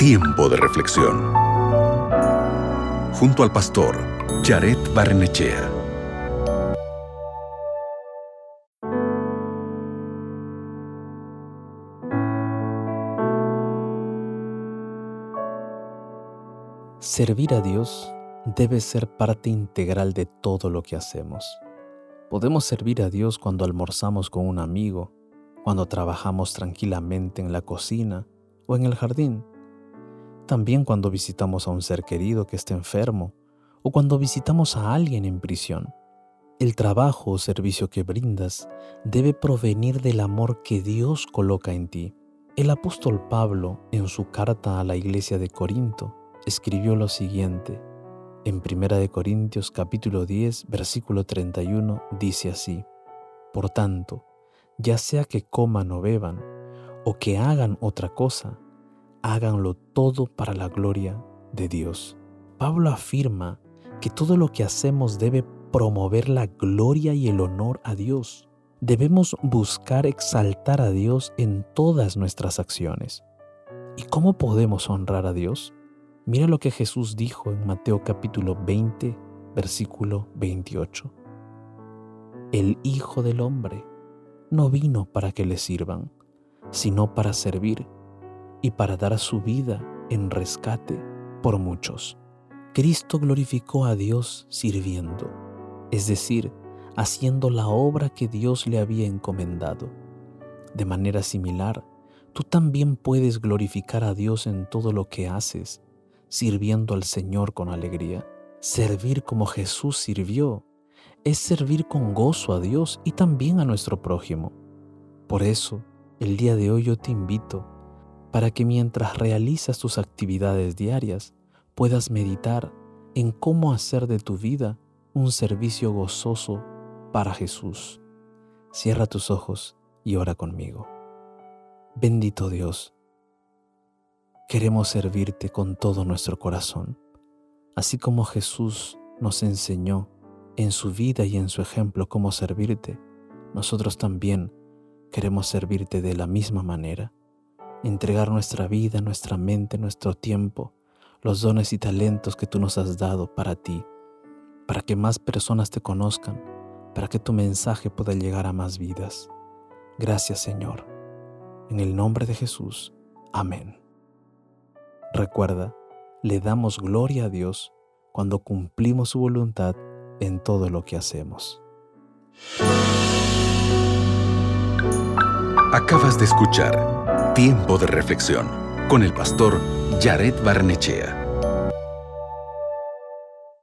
Tiempo de reflexión. Junto al pastor Jared Barnechea. Servir a Dios debe ser parte integral de todo lo que hacemos. Podemos servir a Dios cuando almorzamos con un amigo, cuando trabajamos tranquilamente en la cocina o en el jardín. También cuando visitamos a un ser querido que esté enfermo o cuando visitamos a alguien en prisión. El trabajo o servicio que brindas debe provenir del amor que Dios coloca en ti. El apóstol Pablo, en su carta a la iglesia de Corinto, escribió lo siguiente. En 1 Corintios capítulo 10, versículo 31, dice así: Por tanto, ya sea que coman o beban, o que hagan otra cosa, háganlo todo para la gloria de Dios. Pablo afirma que todo lo que hacemos debe promover la gloria y el honor a Dios. Debemos buscar exaltar a Dios en todas nuestras acciones. ¿Y cómo podemos honrar a Dios? Mira lo que Jesús dijo en Mateo capítulo 20, versículo 28. El Hijo del Hombre no vino para que le sirvan, sino para servir y para dar su vida en rescate por muchos. Cristo glorificó a Dios sirviendo, es decir, haciendo la obra que Dios le había encomendado. De manera similar, tú también puedes glorificar a Dios en todo lo que haces, sirviendo al Señor con alegría. Servir como Jesús sirvió es servir con gozo a Dios y también a nuestro prójimo. Por eso, el día de hoy yo te invito para que mientras realizas tus actividades diarias puedas meditar en cómo hacer de tu vida un servicio gozoso para Jesús. Cierra tus ojos y ora conmigo. Bendito Dios, queremos servirte con todo nuestro corazón, así como Jesús nos enseñó en su vida y en su ejemplo cómo servirte. Nosotros también queremos servirte de la misma manera, entregar nuestra vida, nuestra mente, nuestro tiempo, los dones y talentos que tú nos has dado para ti, para que más personas te conozcan, para que tu mensaje pueda llegar a más vidas. Gracias, Señor. En el nombre de Jesús. Amén. Recuerda, le damos gloria a Dios cuando cumplimos su voluntad en todo lo que hacemos. Acabas de escuchar Tiempo de reflexión con el pastor Jared Barnechea.